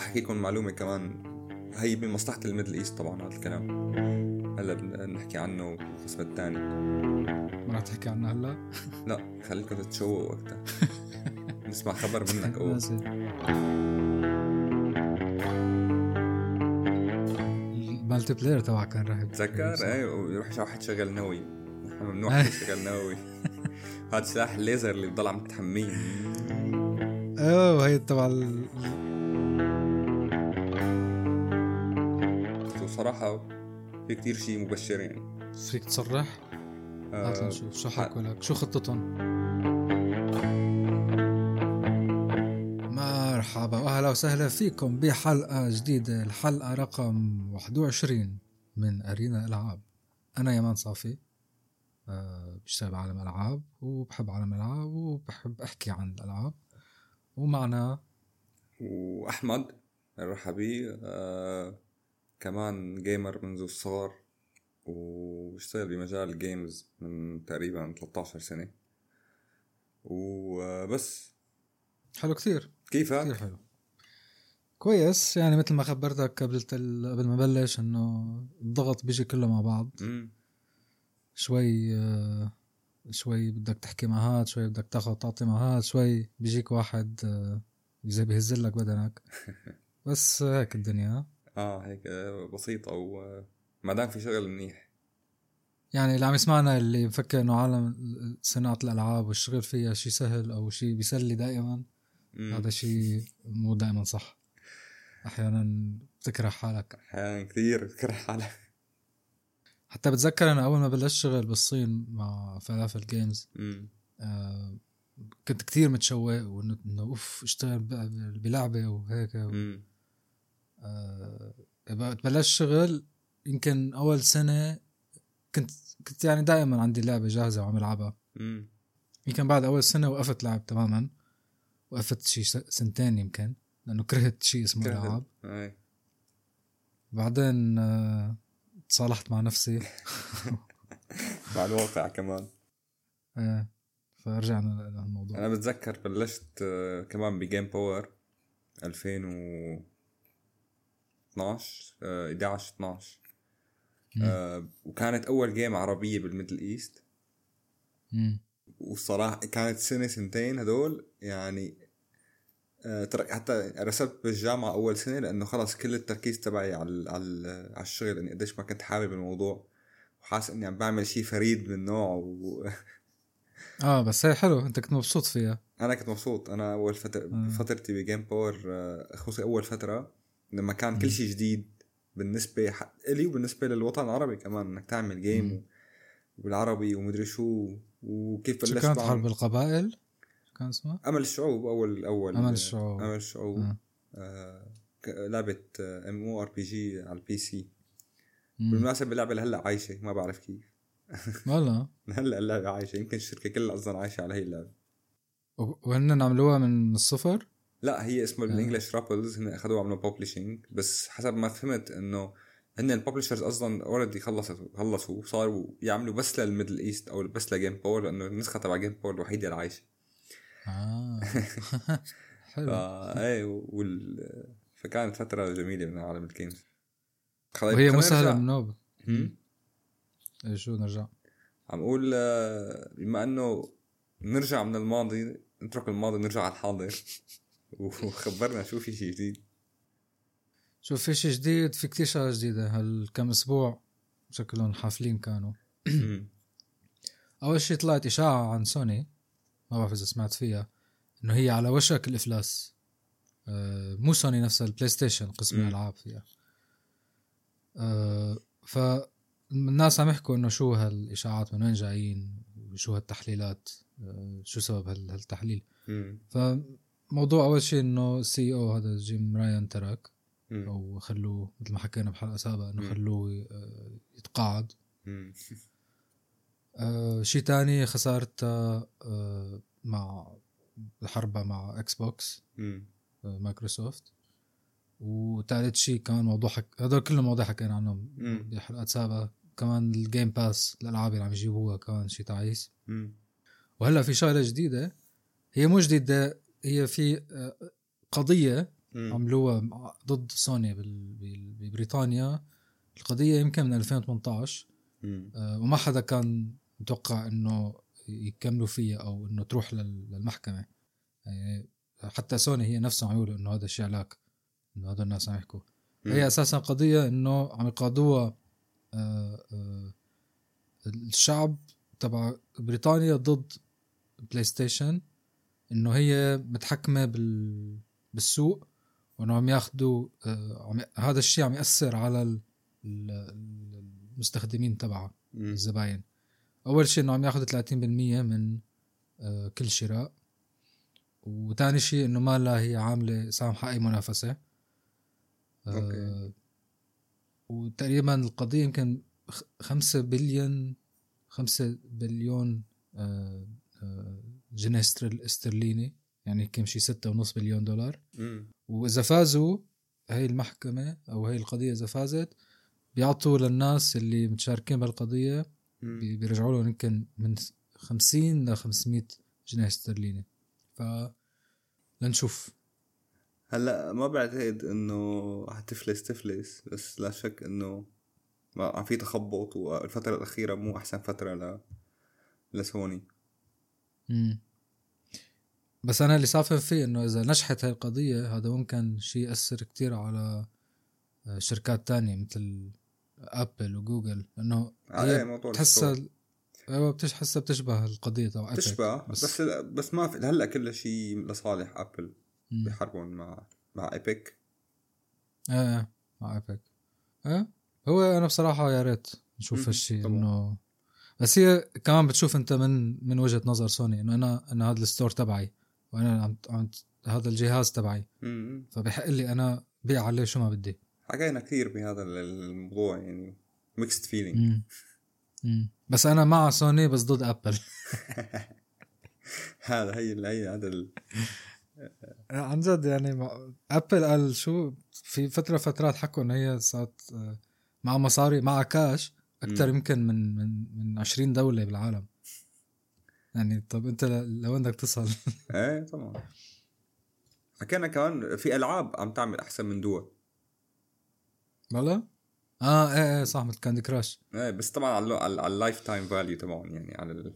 احكي لكم معلومه كمان، هي بمصلحه الميدل ايست طبعا هذا الكلام. هلا بنحكي عنه بالقسم الثاني. ما راح تحكي عنه هلا؟ لا خليكم تتشوقوا وقتها. نسمع خبر منك اول. ماشي. المالتي بلاير تبعه كان رهيب. تذكر ويروح واحد شغل نووي. ممنوع يشتغل نووي. هذا سلاح الليزر اللي بضل عم تحميه. هي تبع وصراحة في كتير شيء مبشر يعني. فيك تصرح؟ هات نشوف شو حكوا لك، شو خطتهم. مرحبا واهلا وسهلا فيكم بحلقة جديدة، الحلقة رقم 21 من أرينا الألعاب. أنا يمان صافي، بشتغل بعالم الألعاب وبحب عالم الألعاب وبحب أحكي عن الألعاب. ومعنا وأحمد الرحبي، كمان جيمر منذ الصغر واشتغل بمجال الجيمز من تقريبا 13 سنة وبس. حلو كتير. كيفك؟ كتير حلو كويس، يعني مثل ما خبرتك قبل ما بلش انه الضغط بيجي كله مع بعض. شوي بدك تحكي مع هاد، شوي بدك تعطي مع هاد، شوي بيجيك واحد زي بيهزلك بدنك. بس هيك الدنيا هيك بسيطة، وما دام في شغل منيح. يعني اللي عم يسمعنا اللي مفكر انه عالم صناعة الالعاب والشغل فيها شيء سهل او شيء بيسلي دائما، هذا شيء مو دائما صح. احيانا بتكره حالك، احيانا كثير بتكره حالك. حتى بتذكر انا اول ما بلشت شغل بالصين مع فلافل جيمز، كنت كتير متشوق وانه اوف اشتغل بلعبه وهيك بلشت شغل. يمكن اول سنه كنت يعني دائما عندي لعبه جاهزه وعم العبها. يمكن بعد اول سنه وقفت لعب تماما، وقفت شيء سنتين يمكن، لانه كرهت شيء اسمه العاب. بعدين تصالحت مع نفسي مع الواقع كمان. فرجعنا للموضوع. انا بتذكر بلشت كمان بجيم باور 2012 11 12 وكانت اول جيم عربيه بالميدل ايست. والصراحه كانت سنتين هدول يعني. حتى رسبت بالجامعه اول سنه لانه خلاص كل التركيز تبعي على الشغل، اني قديش ما كنت حابب الموضوع وحاسس اني عم بعمل شيء فريد من نوعه بس هي حلو، انت كنت مبسوط فيها. انا كنت مبسوط. انا اول فترتي بجيم باور، خصوصي اول فتره لما كان كل شيء جديد بالنسبه لي وبالنسبه للوطن العربي كمان، انك تعمل جيم بالعربي ومدري شو وكيف بلشت. كانت حرب القبائل كان اسمها امل الشعوب. اول امل الشعوب. لعبه MMORPG على البي سي. بالمناسبه اللعبه هلا عايشه، ما بعرف كيف والله. هلا اللعبه عايشه، يمكن الشركه كلها اصلا عايشه على هي اللعبه. وهن عملوها من الصفر؟ لا هي اسمه بالانجلش رابلز، هن اخذوها عملوا ببلشينج. بس حسب ما فهمت انه هن الببلشرز اصلا اوريدي خلصوا صاروا يعملوا بس للميدل ايست او بس لجيم باور، لانه النسخه تبع جيم باور الوحيده اللي عايشه. حلو. فكانت فتره جميله من عالم الجيمز. وهي مو سهله من نوب. شو نرجع عم اقول، بما انه نرجع من الماضي، نترك الماضي نرجع على الحاضر. وخبرنا شو في شيء جديد. شوف في شيء جديد، في كتير شغلات جديدة هالكم أسبوع شكلهم حافلين كانوا. أول شيء طلعت إشاعة عن سوني، ما بعرف إذا سمعت فيها، إنه هي على وشك الإفلاس. مو سوني نفسها، البلاي ستيشن قسم الألعاب فيها. فالناس عم يحكوا إنه شو هالإشاعات، من وين جايين، وشو هالتحليلات، شو سبب هالتحليل. فموضوع أول شيء إنه CEO هذا جيم رايان ترك، أو خلوه مثل ما حكينا بحلقة سابقة إنه خلوه يتقاعد. شيء تاني خسارته مع الحرب مع إكس بوكس مايكروسوفت. وثالث شيء كمان موضوع هذول كلهم مواضيع حكينا عنهم بحلقات سابقة. كمان الجيم باس الألعاب اللي عم يجيبوها كمان شيء تعيس. وهلأ في شغلة جديدة، هي مو جديدة، هي في قضية عملوها ضد سوني ببريطانيا. القضية يمكن من 2018 وما حدا كان متوقع انه يكملوا فيها او انه تروح للمحكمة. يعني حتى سوني هي نفسها عم يقولوا انه هذا الشيء علاك، انه هذا الناس عم يحكوا. هي اساسا قضية انه عم يقاضوها الشعب تبع بريطانيا ضد بلاي ستيشن، انه هي متحكمة بالسوق، وانه عم ياخدوا هذا الشيء عم يأثر على المستخدمين تبعها الزباين. اول شيء انه عم ياخد 30% من كل شراء، وثاني شيء انه ما لا هي عاملة سامحة اي منافسة. وتقريبا القضية يمكن 5 بليون جنيه استرليني، يعني كم شي 6.5 بليون دولار. وإذا فازوا هاي المحكمة أو هاي القضية، إذا فازت بيعطوا للناس اللي متشاركين بالقضية بيرجعوا لهم يمكن من 50 ل 500 جنيه استرليني. لنشوف. هلا ما بعتقد انه تفلس، بس لا شك انه ما في تخبط، والفترة الأخيرة مو أحسن فترة لسوني. بس أنا اللي صافن فيه إنه إذا نجحت هاي القضية هذا ممكن شيء يأثر كتير على شركات تانية مثل أبل وجوجل، لأنه تحسها بتشبه القضية تبع تشبه بس ما في هلا كل شيء لصالح أبل. بيحاربون مع إيبك. مع إيبك. هو أنا بصراحة يا ريت نشوف هالشيء إنه، بس هي كمان بتشوف أنت من وجهة نظر سوني إنه أنا هذا الستور تبعي، وأنا عم هذا الجهاز تبعي، فبحق لي أنا بيع عليه شو ما بدي. حكينا كثير بهذا الموضوع، يعني ميكست فيلينج. بس أنا مع سوني بس ضد أبل. هذا عن جد يعني أبل قال شو في فترات حكوا إن هي صارت مع مصاري مع كاش أكتر يمكن من 20 دولة بالعالم. يعني طب أنت لو عندك تصل. إيه طبعا. حكينا كمان في ألعاب عم تعمل أحسن من دول. والله ايه صح، مثل كاندي كراش. ايه بس طبعا على اللايف تايم فاليو تبعهم، يعني على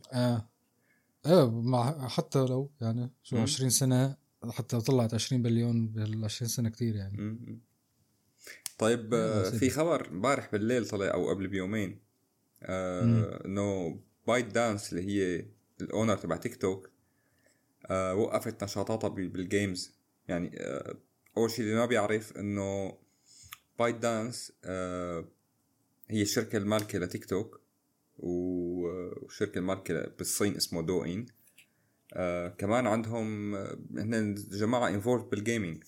مع حتى لو يعني شو 20 سنة، حتى لو طلعت 20 بليون بال 20 سنة كتير يعني. طيب في خبر امبارح بالليل طلع او قبل بيومين انه بايت دانس اللي هي الاونر تبع تيك توك وقفت نشاطاتها بالجيمز. يعني اول شيء اللي ما بيعرف انه بايت دانس هي الشركة المالكة لتيك توك، وشركة المالكة بالصين اسمه دوين. كمان عندهم هن جماعة انفولد بالجيمينج.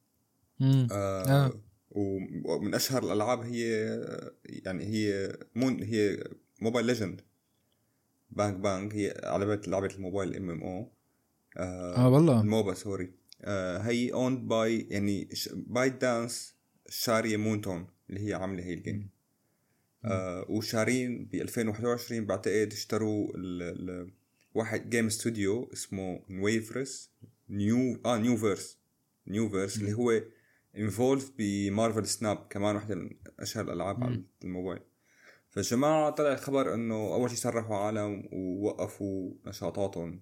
ومن أشهر الألعاب هي موبايل ليجند بانج هي لعبة الموبايل MMO. والله الموبا سوري. هي owned by يعني بايت دانس شارية مونتون اللي هي عاملة هي الجيم. وشارين ب 2021 بعتقد اشتروا واحد جيم استوديو اسمه نيوفيرس اللي هو involved بمارفل سناب، كمان واحدة من أشهر الألعاب على الموبايل. فالجماعة طلع الخبر أنه أول شيء سرحوا عالم ووقفوا نشاطاتهم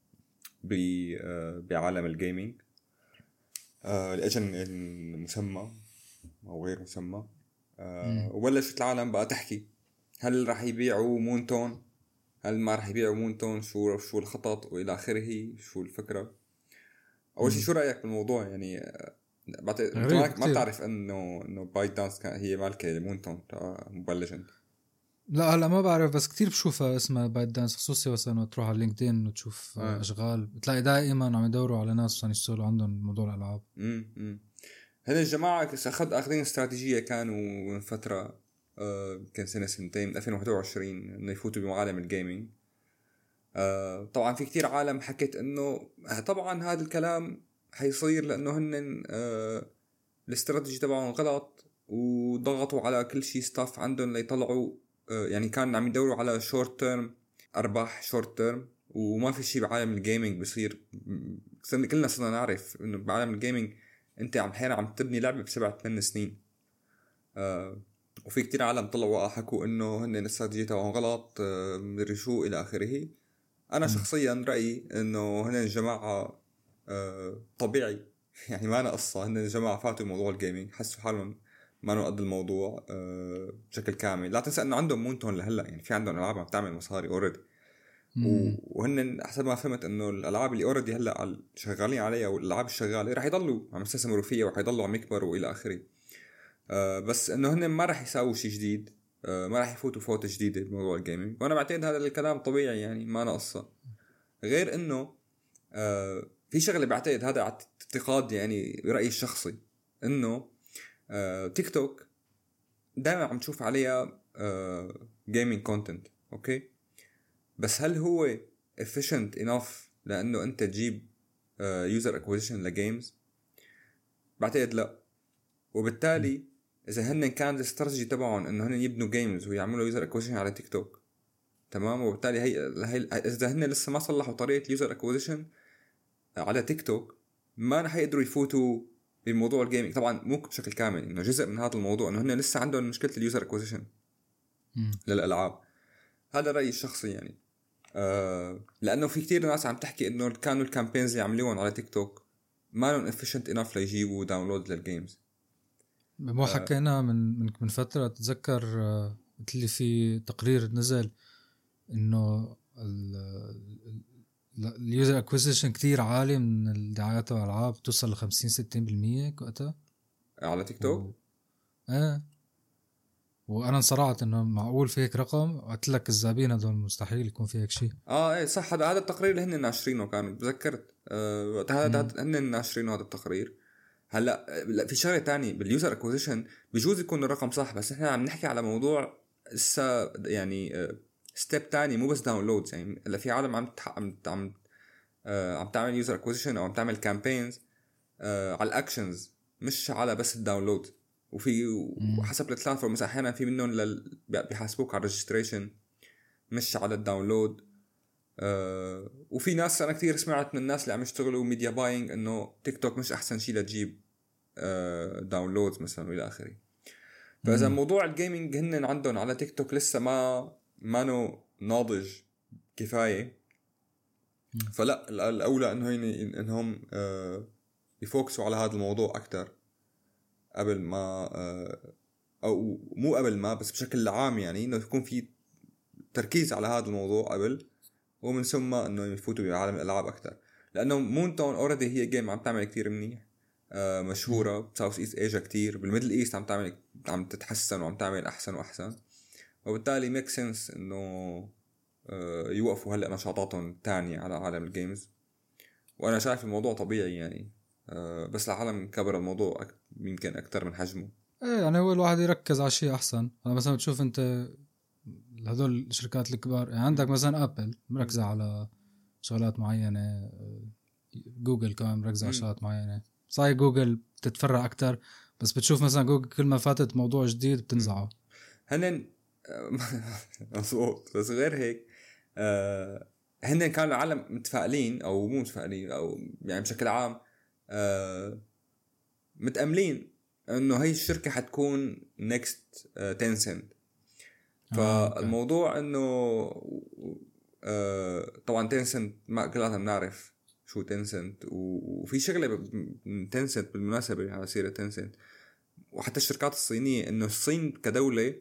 بعالم الجيمينج لأجل المسمى أو غير مسمى. وبلشت العالم بقى تحكي هل راح يبيعوا مونتون، هل ما راح يبيعوا مونتون، شو الخطط وإلى آخره، شو الفكرة. أول شيء شو رأيك بالموضوع؟ يعني ما تعرف انه بايت دانس هي مالكة مونتون موبايل ليجند؟ لا هلا ما بعرف، بس كتير بشوفها اسمها بايت دانس، خصوصي مثلا تروح على لينكدين وتشوف اشغال بتلاقي دائما عم يدوروا على ناس عشان يشتغلوا عندهم موضوع الالعاب. هذه الجماعة اخذين استراتيجية كانوا من فترة كان سنتين من 2021 انه يفوتوا بعالم الجيمينج. طبعا في كتير عالم حكت انه طبعا هذا الكلام حيصير لانه هن الاستراتيجي تبعهم غلط، وضغطوا على كل شيء ستاف عندهم ليطلعوا يعني كان عم يدوروا على شورت تيرم ارباح شورت تيرم، وما في شيء بعالم الجيمينج بصير. كلنا صرنا نعرف انه بعالم الجيمينج انت احيانا عم تبني لعبه ب7-8 سنين. وفي كتير عالم طلعوا حكوا انه هن الاستراتيجيه تبعهم غلط، مدري شو الى اخره. انا شخصيا رايي انه هن الجماعه طبيعي يعني ما أنا قصه، هن الجماعه فاتوا موضوع الجيمنج، حسوا حالهم ما نقد الموضوع بشكل كامل. لا تنسى انه عندهم مونتون لهلا، يعني في عندهم العاب عم تعمل مصاري اوريدي، وهن حسب ما فهمت انه الالعاب اللي اوريدي هلا شغالين عليها والالعاب الشغاله رح يضلوا عم يستثمروا فيها ورح يضلوا عم يكبروا الى اخره. بس انه هن ما رح يساووا شيء جديد، ما رح يفوتوا فوت جديده بموضوع الجيمنج، وانا بعتقد هذا الكلام طبيعي يعني ما أنا قصه. غير انه في شغله بعتقد هذا اعتقاد يعني رأيي الشخصي، انه تيك توك دائما عم تشوف عليها جيمنج كونتنت، اوكي، بس هل هو efficient enough لانه انت تجيب user acquisition لجيمز؟ بعتقد لا. وبالتالي اذا هن كان الاستراتيجي تبعهم انه هن يبنوا جيمز ويعملوا يوزر اكوزيشن على تيك توك، تمام، وبالتالي هي اذا هن لسه ما صلحوا طريقه اليوزر اكوزيشن على تيك توك ما رح يقدروا يفوتوا بموضوع الجيمنج. طبعا مو بشكل كامل، انه جزء من هذا الموضوع انه هن لسه عندهم مشكله اليوزر اكوزيشن للالعاب. هذا رايي الشخصي يعني. لانه في كتير ناس عم تحكي انه كانوا الكامبينز اللي عملوهم على تيك توك ما لهم efficient enough ليجيبوا داونلود للجيمز. مو حكينا من فترة تتذكر قلت لي في تقرير نزل انه اليوزر اكوزيشن كتير عالي من الدعايات والالعاب، توصل ل 50-60% وقتها على تيك توك. وانا انصرعت انه معقول في هيك رقم، قلت لك الزابين هذول مستحيل يكون في هيك شيء. ايه صح، هذا التقرير اللي هن ناشرينه كان تذكرت هذا هن ناشرينه هذا التقرير. هلا في شغله تانية باليوزر اكوزيشن بيجوز يكون الرقم صح، بس احنا عم نحكي على موضوع لسه يعني ستيب تاني، مو بس داونلودز. يعني هلا في عالم عم تعمل يوزر اكوزيشن او عم تعمل كامبينز على الاكشنز، مش على بس الداونلود. وحسب البلاتفورم مثلا احيانا في منهم بيحاسبوك على الريجستريشن مش على الداونلود. وفي ناس انا كثير سمعت من الناس اللي عم يشتغلوا ميديا باينج انه تيك توك مش احسن شيء لتجيب داونلودز مثلا والى اخره. فاذا موضوع الجيمنج هن عندهم على تيك توك لسه ما ناضج كفايه، فلا الاولى انه انهم يفوكسوا على هذا الموضوع اكثر قبل ما او مو قبل ما، بس بشكل عام يعني انه يكون في تركيز على هذا الموضوع قبل، ومن ثم انه يفوتوا بعالم الالعاب اكثر. لانه مونتون اوريدي هي جيم عم تعمل كتير منيح، مشهوره بساوث ايست ايجا كتير، بالميدل ايست عم تتحسن وعم تعمل احسن واحسن، وبالتالي ميك سنس انه يوقفوا هلا نشاطاتهم الثانيه على عالم الجيمز. وانا شايف الموضوع طبيعي يعني، بس العالم كبر الموضوع يمكن اكثر من حجمه. يعني هو الواحد يركز على شيء احسن. انا مثلا بتشوف انت هذول الشركات الكبار، يعني عندك مثلا ابل مركزه على شغلات معينه، جوجل كمان مركزه على شغلات معينه. صحيح جوجل بتتفرع اكتر، بس بتشوف مثلا جوجل كل ما فاتت موضوع جديد بتنزعه. هن مظبوط. بس غير هيك هن كانوا العالم متفائلين او مو متفائلين، او يعني بشكل عام متأملين انه هاي الشركة حتكون next Tencent. فالموضوع انه طبعا Tencent ما كلنا بنعرف شو Tencent، وفي شغلة Tencent بالمناسبة على سيرة Tencent وحتى الشركات الصينية، انه الصين كدولة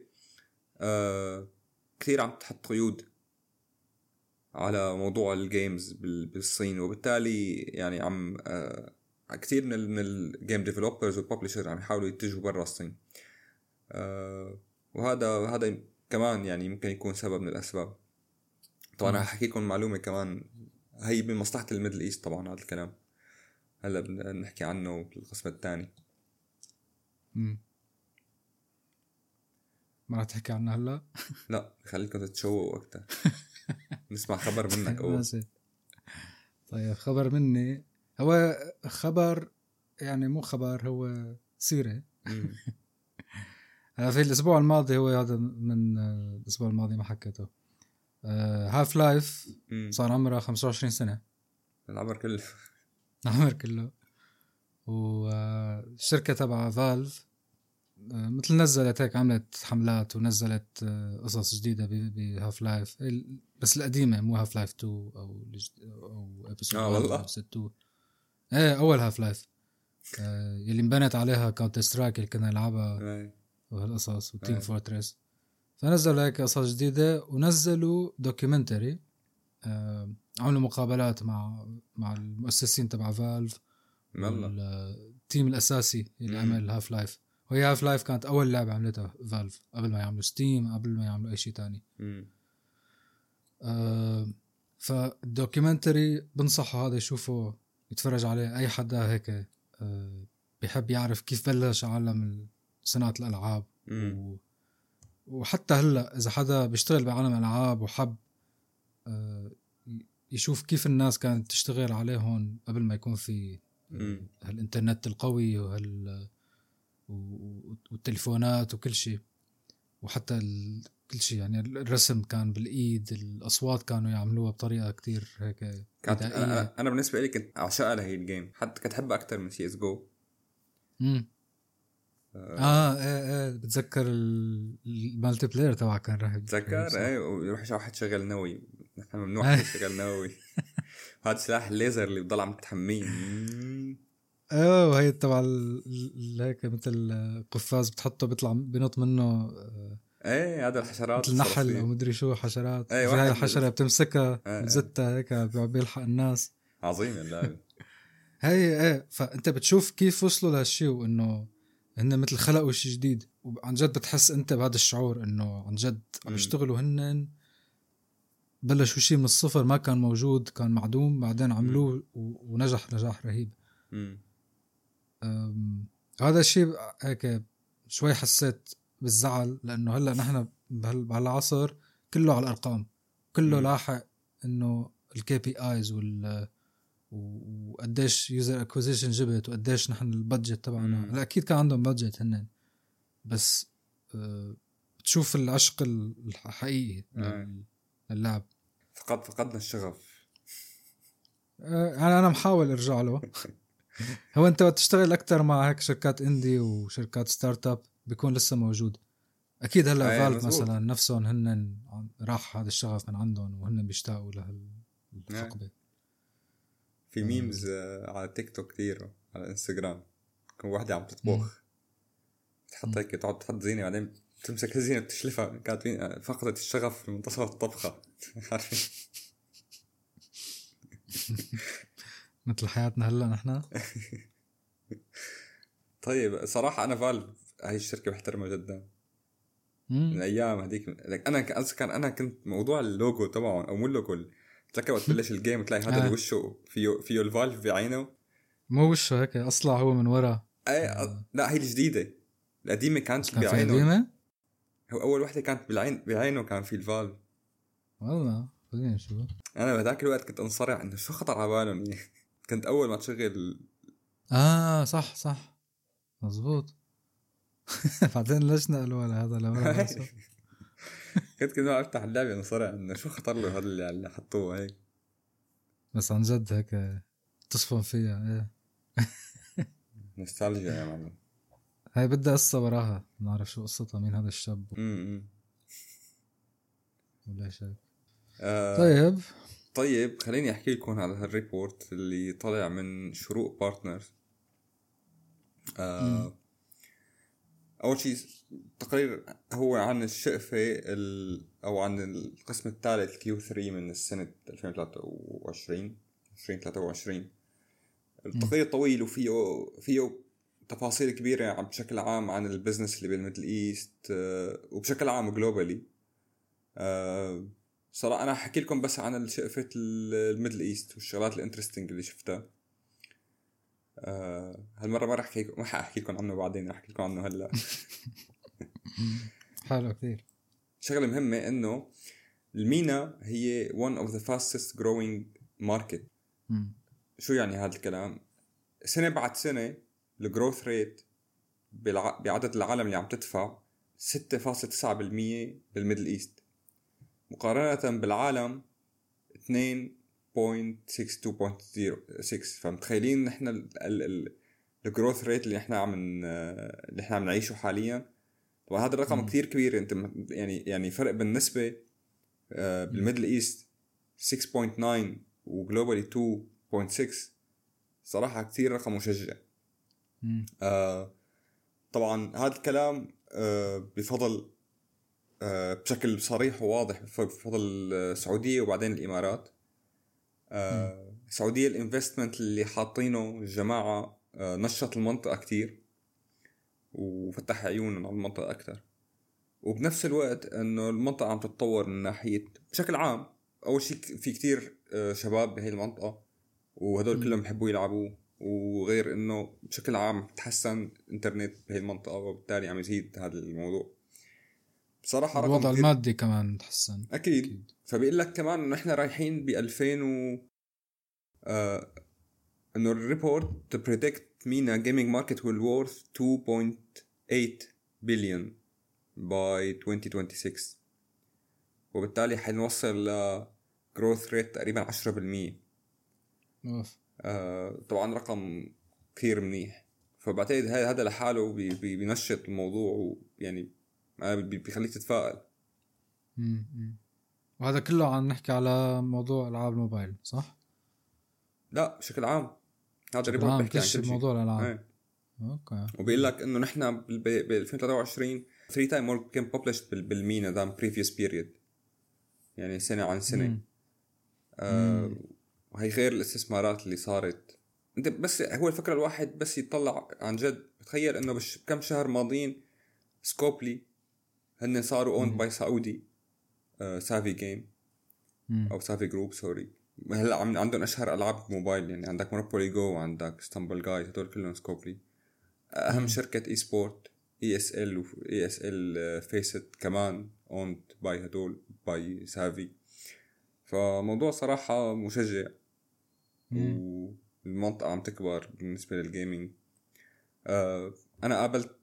كثير عم تحط قيود على موضوع الجيمز بالصين، وبالتالي يعني عم كثير من الجيم ديفلوبرز والببلشر عم يحاولوا يتجهوا برا الصين. وهذا كمان يعني ممكن يكون سبب من الأسباب. طبعا هحكي لكم معلومة كمان هي من مصلحة الميدل إيست، طبعا هذا الكلام هلا بنحكي عنه بالقسم الثاني. ما راح تحكي عنه هلا؟ لا خليكم تتشوقوا أكتر. نسمع خبر منك أول. طيب خبر مني، هو خبر يعني مو خبر، هو سيرة. في الأسبوع الماضي، هو هذا من الأسبوع الماضي ما حكيته. هاف لايف صار عمره 25 سنة. العمر كله. العمر كله. والشركة تبع فالف مثل نزلت هيك، عملت حملات ونزلت قصص جديدة بهاف لايف، بس القديمة مو هاف لايف 2 أو episode 1 والله أو episode 2. ايه أول هاف لايف يلي انبنت عليها كاونتر سترايك اللي كنا نلعبها وهالقصص وتيم فورتريس. فنزلوا هيك قصص جديدة ونزلوا دوكيومنتري، عملوا مقابلات مع المؤسسين تبع فالف والتيم الأساسي اللي عمل هاف لايف. وهي هاف لايف كانت أول لعبة عملتها فالف قبل ما يعملوا ستيم، قبل ما يعملوا أي شيء تاني. فالدوكيومنتري بنصحه هذا يشوفه، يتفرج عليه أي حدا هيك بيحب يعرف كيف بلش عالم صناعة الألعاب. وحتى هلأ إذا حدا بيشتغل بعالم الألعاب وحب يشوف كيف الناس كانت تشتغل عليهم قبل ما يكون في هالإنترنت القوي والتليفونات وكل شيء، وحتى كل شيء يعني الرسم كان بالإيد، الأصوات كانوا يعملوها بطريقة كتير هيك بدائية. أنا بالنسبة لي كنت عشاء لهي الجيم، حتى كنت أحبها أكتر من سي اس جو. ايه بتذكر المالتي بلاير تبع كان رهيب. بتذكر ويروح واحد شغل نووي، نحن ممنوع شغل نووي. هذا سلاح الليزر اللي بضل عم تحميه. وهي تبع هيك مثل قفاز بتحطه بيطلع بينط منه. هذا الحشرات مثل نحل او مدري شو حشرات. في هاي الحشرة بتمسكها بتزتها هيك بيلحق الناس. عظيم اللعبة. هي فانت بتشوف كيف وصلوا لهالشيء، وانه هن مثل خلقوا شيء جديد، وعن جد بتحس انت بهذا الشعور انه عن جد عم يشتغلوا. هن بلشوا شيء من الصفر، ما كان موجود، كان معدوم، بعدين عملوه ونجح نجاح رهيب. هذا الشيء هيك شوي حسيت بالزعل، لانه هلا نحن بهالعصر كله على الارقام، كله لاحق انه الكي بي ايز وقديش يوزر اكوزيشن جبت، وقديش نحن البادجت تبعنا. هلا اكيد كان عندهم بادجت هن، بس بتشوف العشق الحقيقي للعب. فقدنا الشغف. انا محاول ارجع له. هو انت تشتغل اكتر مع هيك شركات اندي وشركات ستارت اب بيكون لسه موجود. اكيد هلا فالف مثلا نفسهم هن راح هذا الشغف من عندهم، وهن بيشتاقوا لهالحقبه. في ميمز على تيك توك كثير، على انستغرام، كم واحدة عم تطبخ تحط هيك، تقعد تحط زينة بعدين تمسك الزينة بتشلفها، كانت فقدت الشغف في منتصف الطبخة. مثل حياتنا هلا نحن. طيب صراحة أنا فالف هاي الشركة بحترمها جدا من الأيام هذيك. أنا كنت موضوع اللوجو تبعهم أو مو اللوجو، تلاقي وقت بلش الجيم تلاقي هذا اللي وشه فيه الفالف بعينه، مو وشه هيك أصلع هو من ورا. لا هي الجديدة، القديمة كانت بعينه. هو أول واحدة كانت بعينه كان في الفالف. والله خلينا نشوف. أنا بذاك الوقت كنت أنصرع إنه شو خطر على بالهم. كنت أول ما تشغل صح مزبوط. بعدين ليش نقلوا على هذا لورا؟ كنت ما أفتح اللعبة أنصرع إنه شو خطر له هذا اللي حطوه هيك. بس عن جد هيك تصفن فيها. نوستالجيا يا معلم. هاي بدها قصة وراها، نعرف شو قصتها، مين هذا الشاب ولا شيء. طيب خليني أحكي لكم على هالريبورت اللي طلع من شروق بارتنرز. أول شيء تقرير هو عن الشقفة أو عن القسم الثالث Q3 من السنة 2023. التقرير طويل وفيه تفاصيل كبيرة بشكل عام عن البزنس اللي بالميدل إيست وبشكل عام جلوبالي. صراحة أنا أحكي لكم بس عن الشقفة الميدل إيست والشغلات الانترستينج اللي شفتها. هالمرة ما أحكي لكم عنه بعدين، أحكي لكم عنه هلأ. حلو كثير. شغلة مهمة إنه المينا هي one of the fastest growing market. شو يعني هذا الكلام؟ سنة بعد سنة الجروث ريت بعدد العالم اللي عم تدفع 6.9% بالميدل إيست، مقارنة بالعالم 2.62.06. فمتخيلين نحن الجروث ريت اللي احنا عم نعيشه حاليا. طبعا هذا الرقم كتير كبير. انت يعني فرق بالنسبة بالميدل ايست 6.9 وجلوبالي 2.6 صراحة كتير رقم مشجع. طبعا هذا الكلام بفضل بشكل صريح وواضح بفضل السعودية وبعدين الإمارات. السعودية الانفستمنت اللي حاطينه الجماعة نشط المنطقة كتير وفتح عيوننا على المنطقة أكتر. وبنفس الوقت أنه المنطقة عم تتطور من ناحية بشكل عام. أول شيء في كتير شباب بهي المنطقة وهدول كلهم بيحبوا يلعبوا، وغير أنه بشكل عام تحسن إنترنت بهي المنطقة وبالتالي عم يزيد هذا الموضوع. بصراحة الوضع المادي كمان تحسن أكيد. فبيقول لك كمان إنه إحنا رايحين ب2000 إنه الريبورت to predict MENA gaming market will worth 2.8 billion by 2026 وبالتالي حنوصل ل growth rate تقريبا 10%. طبعا رقم كثير منيح. فبعتقد هذا لحاله بينشط الموضوع ويعني بيخليك تتفائل. وهذا كله عم نحكي على موضوع ألعاب الموبايل صح؟ لا بشكل عام هذا الريبورت بيحكي عن كل شيء. موضوع الألعاب. اوكي. وبيقول لك انه نحن ب 2023 3 تايم مور كان ببلشد بالمينا ذان بريفيوس بيريود، يعني سنه عن سنه. وهي غير الاستثمارات اللي صارت. انت بس هو الفكره الواحد بس يطلع عن جد بتخيل انه بكم شهر ماضيين سكوبلي هن صاروا اون باي سعودي سافي جيم او سافي جروب سوري. هلا عندهم اشهر العاب موبايل، يعني عندك مونوبولي جو وعندك ستامبل جايز، هدول كلهم سكوبلي. اهم شركه اي سبورت ESL و ESL فيست كمان اوند باي هدول باي سافي. فموضوع صراحه مشجع والمنطقه عم تكبر بالنسبه للجيمنج. انا قابلت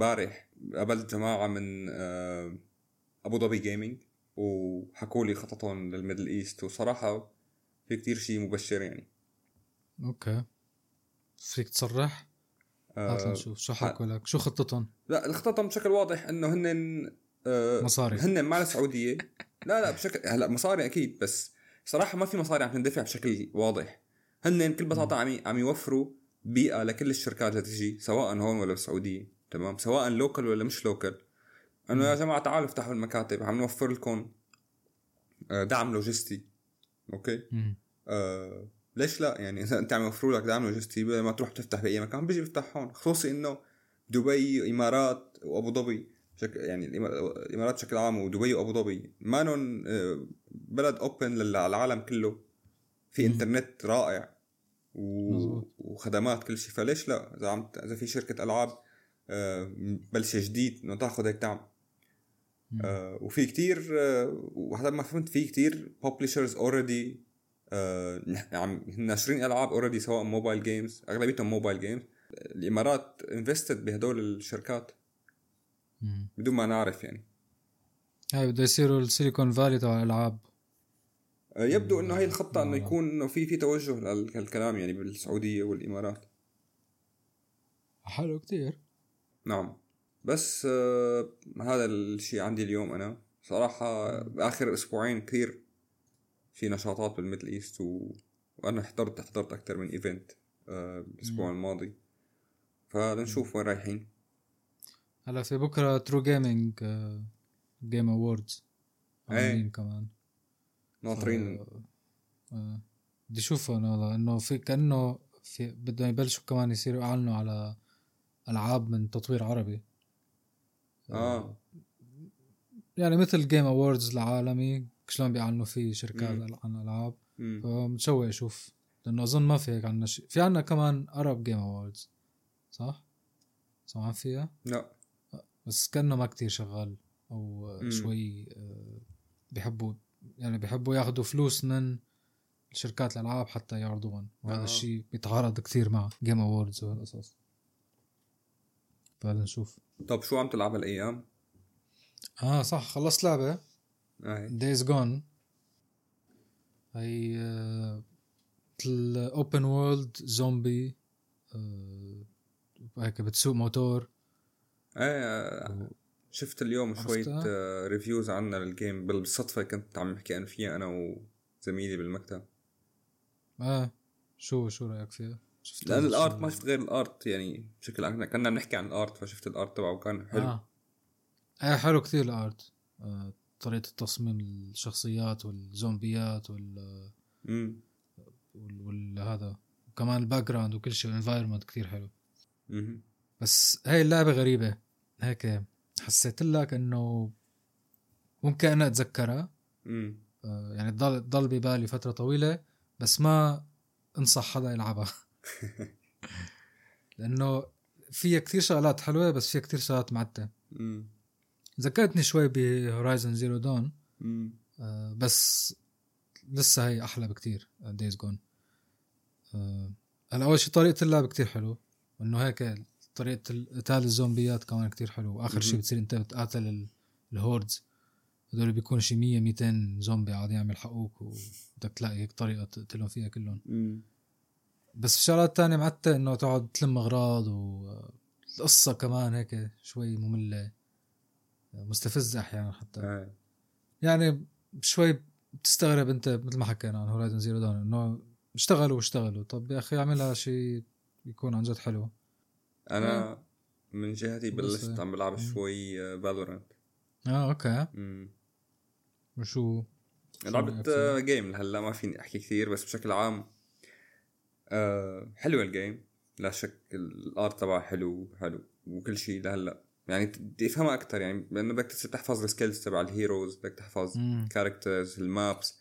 جماعه من ابو ظبي جيمنج وحكوا لي خططهم للميدل ايست، وصراحه في كتير شيء مبشر يعني. اوكي فيك تصرح؟ هات نشوف شو حكوا لك، شو خطتهم؟ لا الخطتهم بشكل واضح انه هن مصاري، هن مع السعوديه. لا بشكل هلا مصاري اكيد، بس صراحه ما في مصاري عم تندفع بشكل واضح. هن كل بساطه عم يوفروا بيئه لكل الشركات اللي تجي سواء هون ولا بالسعوديه، تمام، سواء لوكال ولا مش لوكال. انه يا جماعه تعالوا افتحوا المكاتب، عم نوفر لكم دعم لوجستي. اوكي. ليش لا؟ يعني اذا انت عم يوفروا لك دعم لوجستي بدل ما تروح تفتح باي مكان بيجي بيفتح هون. خصوصي انه دبي امارات وابو ظبي يعني الامارات بشكل عام ودبي وابو ظبي ما نون بلد اوبن للعالم كله، في انترنت رائع وخدمات كل شيء. فليش لا اذا في شركه العاب بلش جديد انه تاخذ هيك دعم. وفي كتير وحتى ما فهمت في كتير publishers already عم ناشرين ألعاب already سواء موبايل جيمز، أغلبيتهم موبايل جيمز. الإمارات invested بهدول الشركات بدون ما نعرف يعني. هاي بده يصيروا السيليكون فالي تبع الألعاب. يبدو إنه هي الخطة إنه يكون إنه في توجه للكلام يعني بالسعودية والإمارات. حلو كتير. نعم. بس هذا الشيء عندي اليوم. أنا صراحة آخر أسبوعين كثير في نشاطات بالميدل إيست وأنا حضرت أكتر من إيفنت الأسبوع الماضي. فلنشوف وين رايحين. هلا في بكرة ترو جيمينج جيم أووردز عاملين كمان ناطرين. بدي شوفه أنا إنه في كأنه في بدهم يبلشوا كمان يصيروا يعلنوا على ألعاب من تطوير عربي. يعني مثل جيم أووردز العالمي شلون بيعلنوا فيه شركات عن ألعاب. فمتشوق أشوف لأنه أظن ما في هيك عنا شيء. في عنا كمان أرب جيم أووردز صح؟ سمعان فيها؟ لا بس كأنه ما كتير شغال أو شوي بيحبوا ياخدوا فلوس من شركات الألعاب حتى يعرضوهم، وهذا الشيء بيتعارض كتير مع جيم أووردز وهالقصص. فلنشوف. طب شو عم تلعب الأيام؟ صح خلصت لعبة Days Gone. هي الأوبن وورلد زومبي هيك بتسوق موتور. شفت اليوم شوية ريفيوز عنها للجيم بالصدفة، كنت عم نحكي أنا فيها أنا وزميلي بالمكتب. شو رأيك فيها؟ لأن الارت ما شفت غير الارت يعني بشكل عام، كنا بنحكي عن الارت فشفت الارت تبعه وكان حلو. حلو كتير الارت. طريقة التصميم الشخصيات والزومبيات والهذا وكمان الباك جراوند وكل شيء الانفايرمنت كتير حلو. بس هاي اللعبة غريبة هيك، حسيت لك انه ممكن انا اتذكرها يعني ضل ببالي فترة طويلة، بس ما انصح حدا يلعبها لانه فيها كتير شغلات حلوة بس فيها كتير شغلات معتة. ذكرتني شوي بهورايزن زيرو دون، بس لسه هي احلى بكتير دايز جون. هلا اول شيء طريقة اللعب كتير حلو، انه هيك طريقة قتال الزومبيات كمان كتير حلو. واخر شيء بتصير انت بتقاتل الهوردز هذول بيكون شي 100-200 زومبي قاعدين يعمل حقوق، وبدك تلاقي هيك طريقة تقتلهم فيها كلهم. بس في شغلات تانية معتة انه تقعد تلم اغراض، والقصة كمان هيك شوي مملة مستفزة احيانا حتى. يعني شوي بتستغرب انت مثل ما حكينا عن هورايزن زيرو دون انه اشتغلوا طب يا اخي اعملها شيء يكون عن جد حلو. انا من جهتي بلشت عم بلعب شوي فالورانت. اوكي. وشو لعبت جيم هلا ما فيني احكي كثير، بس بشكل عام حلوه الجيم لا شك. الارت تبعها حلو وكل شيء لهلا يعني بدي افهمها اكثر، يعني لانه بدك تحفظ السكيلز تبع الهيروز، بدك تحفظ كاركترز المابس.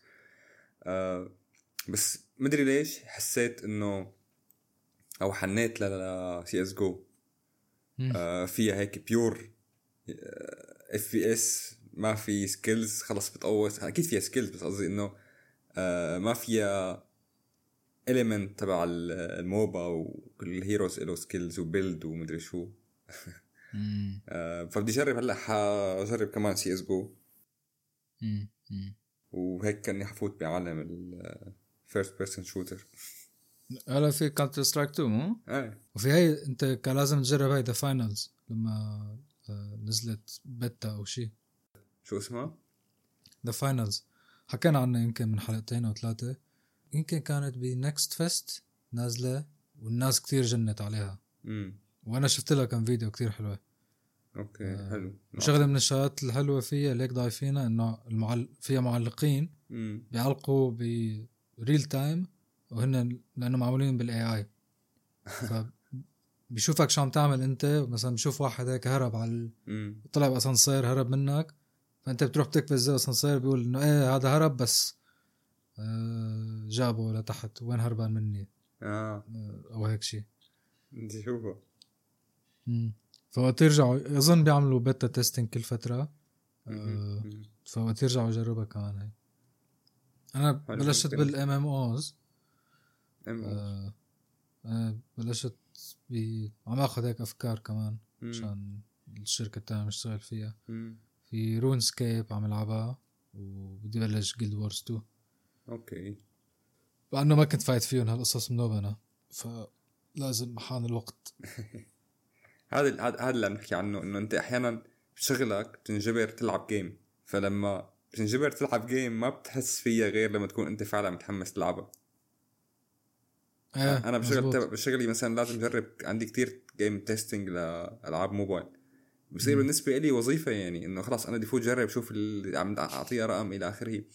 بس مدري ليش حسيت انه او حنيت سي اس جو. فيها هيك بيور اف بي اس، ما في سكيلز خلص بتقوس. اكيد فيها سكيلز بس قصدي انه ما فيها element تبع الموبا وكل الهيروز له سكيلز وبيلد ومدري شو. فبدي اجرب هلا حجرب كمان سي اس جو، وهيك كاني حفوت بعالم الفيرست بيرسون شوتر. هلا في كانتر سترايك 2 مو؟ وفي هاي انت كان لازم تجرب هاي ذا فاينلز لما نزلت بيتا او شيء. شو اسمها؟ ذا فاينلز حكينا عنها يمكن من حلقتين او 3، يمكن كانت بنكست فيست نازلة والناس كتير جنت عليها. وانا شفت لها كان فيديو كتير حلوة. اوكي حلو. وشغله من الشغلات الحلوة فيها اللي هيك ضايفينها انه فيها معلقين بيعلقوا بريل تايم، وهن لانه معمولين بالاي اي بيشوفك شو عم تعمل انت. مثلا بشوف واحد هيك هرب على طلع باسانسير هرب منك، فانت بتروح بتكبس زي الاسانسير بيقول انه ايه هذا هرب بس جابه لتحت وين هربان مني او هيك شيء بدي شوفه. فوقت يرجعوا اظن بيعملوا بيتا تيستينج كل فتره. فوقت يرجعوا يجربها كمان. هاي انا بلشت بالام ام اوز. بلشت عم اخذ هيك افكار كمان عشان الشركه التانية مشتغل فيها. في رون سكيب عم العبها وبدي بلش جيلد وورز 2. اوكي. لانه ما كنت فايت فيهم هالقصص منوبنا فلازم محان الوقت. هذا اللي عم نحكي عنه، انه انت احيانا بشغلك بتنجبر تلعب جيم، فلما بتنجبر تلعب جيم ما بتحس فيها غير لما تكون انت فعلا متحمس تلعبها. انا بشغلي مثلا لازم اجرب، عندي كتير جيم تيستينج لالعاب موبايل، بصير بالنسبه لي وظيفه يعني انه خلاص انا بدي فوت اجرب شوف اللي عم اعطيها رقم الى اخره،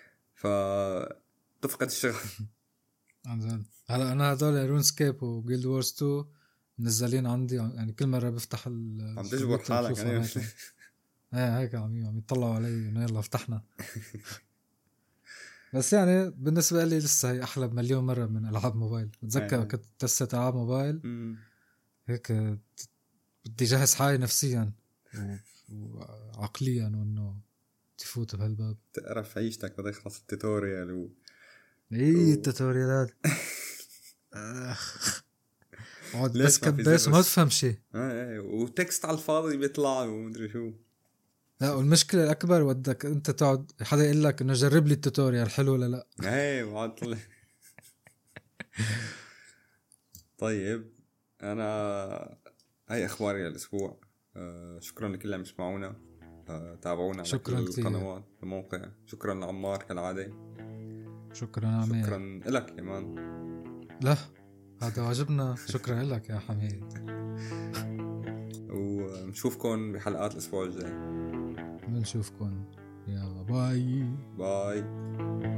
فتفقد الشغف. هلا انا هذول رون سكيب وجيلد وورز 2 منزلين عندي، يعني كل مره بفتح عم تجبر حالك يعني هيك عم يطلعوا علي انه يلا فتحنا. بس يعني بالنسبه لي لسه هي احلى بمليون مره من العاب موبايل. بتذكر كنت تست العاب موبايل هيك بدي جهز حالي نفسيا وعقليا وانه تفوت بهالباب تعرف عيشتك بدك خلص التوتوريال التوتوريالات بس كبس وما تفهم شيء وتكست على الفاضي بيطلع ومدري شو. لا والمشكلة الأكبر ودك أنت تقعد حدا يقول لك إنه جرب لي التوتوريال حلو ولا لا. وعاد طلع. طيب أنا هاي أخباري للأسبوع. شكرا لكل اللي يسمعونا. تابعونا على كل القنوات الموقع. شكرا لعمار كالعادة. شكرا عمير. شكرا لك إيمان. لا هذا واجبنا. شكرا لك يا حميد. ونشوفكن بحلقات الأسبوع الجاي. بنشوفكن. يلا باي باي.